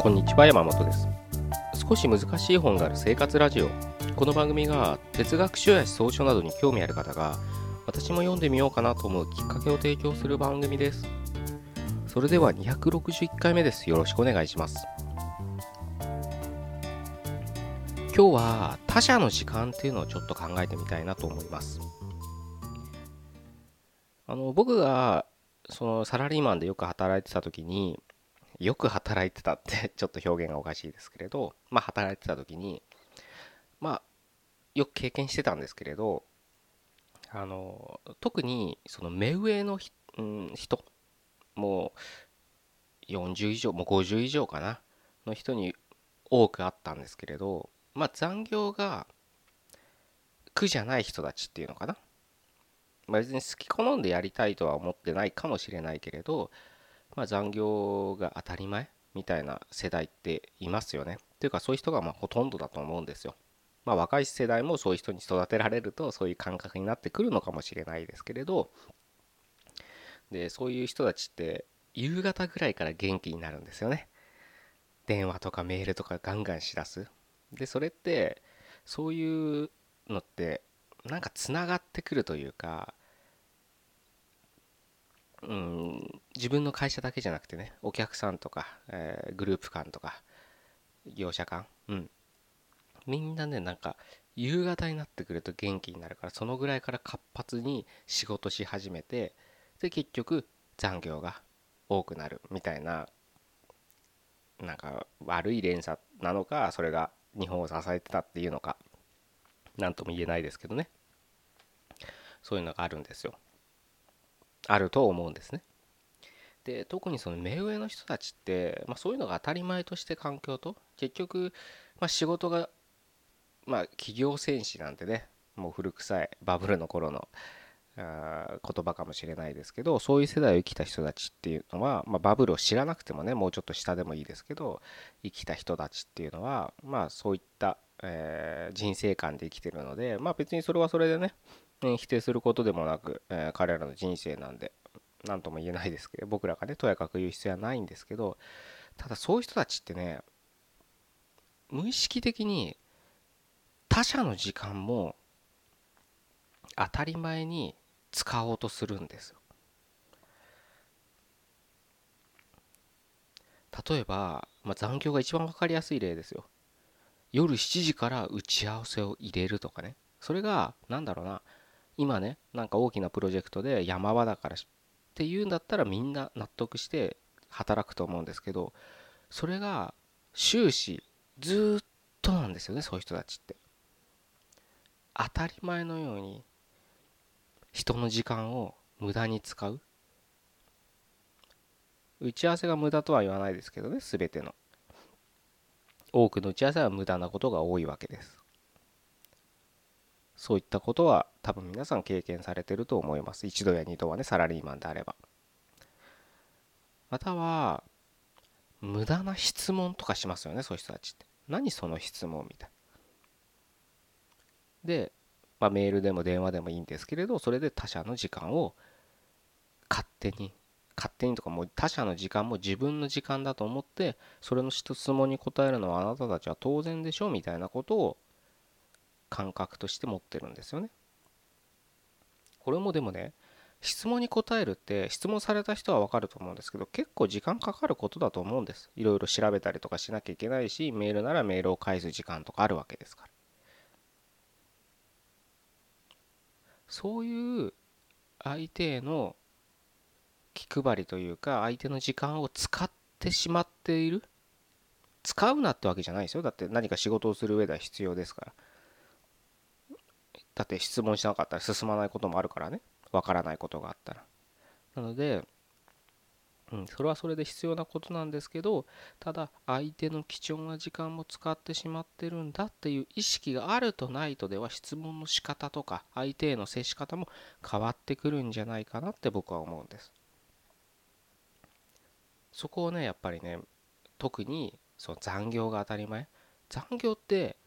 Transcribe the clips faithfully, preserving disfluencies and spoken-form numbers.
こんにちは、山本です。少し難しい本がある生活ラジオ。この番組が哲学書や思想書などに興味ある方が、私も読んでみようかなと思うきっかけを提供する番組です。それではにひゃくろくじゅういっかいめです。よろしくお願いします。今日は他者の時間っていうのをちょっと考えてみたいなと思います。あの僕がそのサラリーマンでよく働いてた時に、よく働いてたってちょっと表現がおかしいですけれど、まあ働いてた時に、まあよく経験してたんですけれど、あの特にその目上のひ、うん、人、もうよんじゅう以上、もうごじゅう以上かなの人に多くあったんですけれど、まあ残業が苦じゃない人たちっていうのかな。まあ、別に好き好んでやりたいとは思ってないかもしれないけれど、まあ、残業が当たり前みたいな世代っていますよね。というかそういう人がまあほとんどだと思うんですよ。まあ、若い世代もそういう人に育てられるとそういう感覚になってくるのかもしれないですけれど、でそういう人たちって夕方ぐらいから元気になるんですよね。電話とかメールとかガンガンしだす。でそれってそういうのってなんかつながってくるというか、うん、自分の会社だけじゃなくてね、お客さんとか、えーグループ間とか業者間、うん、みんなね、なんか夕方になってくると元気になるから、そのぐらいから活発に仕事し始めて、で結局残業が多くなるみたいな、なんか悪い連鎖なのか、それが日本を支えてたっていうのか、なんとも言えないですけどね、そういうのがあるんですよ。あると思うんですね。で特にその目上の人たちって、まあ、そういうのが当たり前として環境と結局、まあ、仕事が、まあ、企業戦士なんてね、もう古臭いバブルの頃のあ言葉かもしれないですけど、そういう世代を生きた人たちっていうのは、まあ、バブルを知らなくてもね、もうちょっと下でもいいですけど、生きた人たちっていうのは、まあ、そういった、えー人生観で生きてるので、まあ、別にそれはそれでね、否定することでもなく、えー彼らの人生なんで、何とも言えないですけど、僕らがね、とやかく言う必要はないんですけど、ただそういう人たちってね、無意識的に他者の時間も当たり前に使おうとするんですよ。例えば、まあ、残業が一番わかりやすい例ですよ。夜しちじから打ち合わせを入れるとかね。それが、なんだろうな、今ね、なんか大きなプロジェクトで山場だからっていうんだったらみんな納得して働くと思うんですけど、それが終始ずーっとなんですよね、そういう人たちって。当たり前のように人の時間を無駄に使う。打ち合わせが無駄とは言わないですけどね、全ての。多くの打ち合わせは無駄なことが多いわけです。そういったことは多分皆さん経験されてると思います。一度や二度はね、サラリーマンであれば。または、無駄な質問とかしますよね、そういう人たちって。何その質問みたいで、まあ、メールでも電話でもいいんですけれど、それで他者の時間を勝手に、勝手にとかもう他者の時間も自分の時間だと思って、それの質問に答えるのはあなたたちは当然でしょみたいなことを感覚として持ってるんですよね。これもでもね、質問に答えるって質問された人はわかると思うんですけど、結構時間かかることだと思うんです。いろいろ調べたりとかしなきゃいけないし、メールならメールを返す時間とかあるわけですから。そういう相手への気配りというか、相手の時間を使ってしまっている。使うなってわけじゃないですよ。だって何か仕事をする上では必要ですから。だって質問しなかったら進まないこともあるからね。わからないことがあったら。なので、うん、それはそれで必要なことなんですけど、ただ相手の貴重な時間も使ってしまってるんだっていう意識があるとないとでは、質問の仕方とか相手への接し方も変わってくるんじゃないかなって僕は思うんです。そこをね、やっぱりね、特にその残業が当たり前。残業って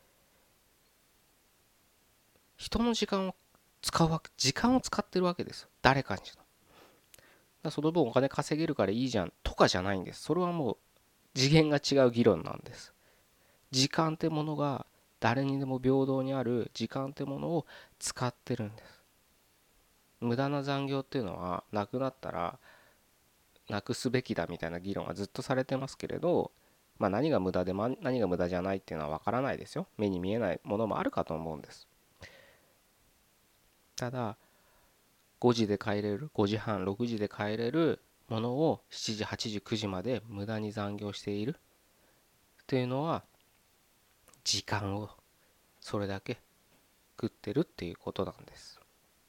人の時間を使うわけ、時間を使ってるわけですよ。誰かにしろ。だからその分お金稼げるからいいじゃんとかじゃないんです。それはもう次元が違う議論なんです。時間ってものが誰にでも平等にある時間ってものを使ってるんです。無駄な残業っていうのはなくなったらなくすべきだみたいな議論がずっとされてますけれど、まあ、何が無駄で何が無駄じゃないっていうのは分からないですよ。目に見えないものもあるかと思うんです。ただごじで帰れる、ごじはんろくじで帰れるものをしちじはちじくじまで無駄に残業しているというのは、時間をそれだけ食ってるっていうことなんです。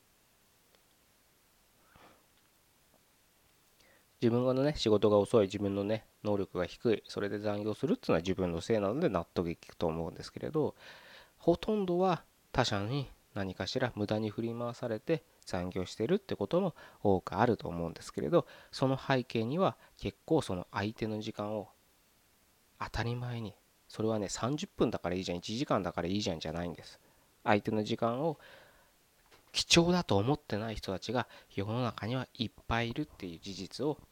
自分がね仕事が遅い、自分のね能力が低い、それで残業するっていうのは自分のせいなので納得いくと思うんですけれど、ほとんどは他者に何かしら無駄に振り回されて残業してるってことも多くあると思うんですけれど、その背景には結構その相手の時間を当たり前に、それはねさんじゅっぷんだからいいじゃん、いちじかんだからいいじゃんじゃないんです。相手の時間を貴重だと思ってない人たちが世の中にはいっぱいいるっていう事実を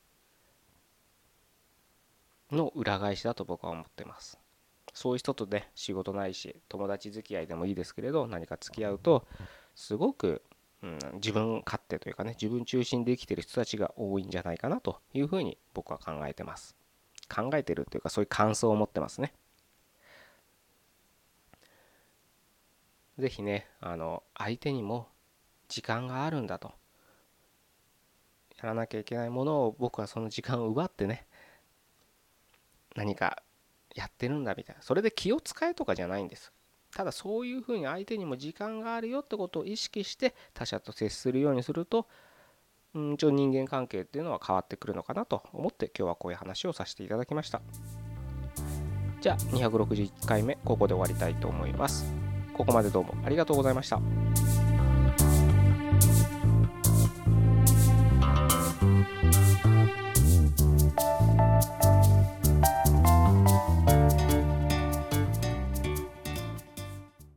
の裏返しだと僕は思ってます。そういう人とね仕事ないし友達付き合いでもいいですけれど、何か付き合うとすごく、うん、自分勝手というかね、自分中心で生きてる人たちが多いんじゃないかなというふうに僕は考えてます。考えてるというかそういう感想を持ってますね。ぜひね、あの相手にも時間があるんだと、やらなきゃいけないものを僕はその時間を奪ってね、何かやってるんだみたいな、それで気を使えとかじゃないんです。ただそういうふうに相手にも時間があるよってことを意識して他者と接するようにすると、うん、一応人間関係っていうのは変わってくるのかなと思って今日はこういう話をさせていただきました。じゃあにひゃくろくじゅういっかいめここで終わりたいと思います。ここまでどうもありがとうございました。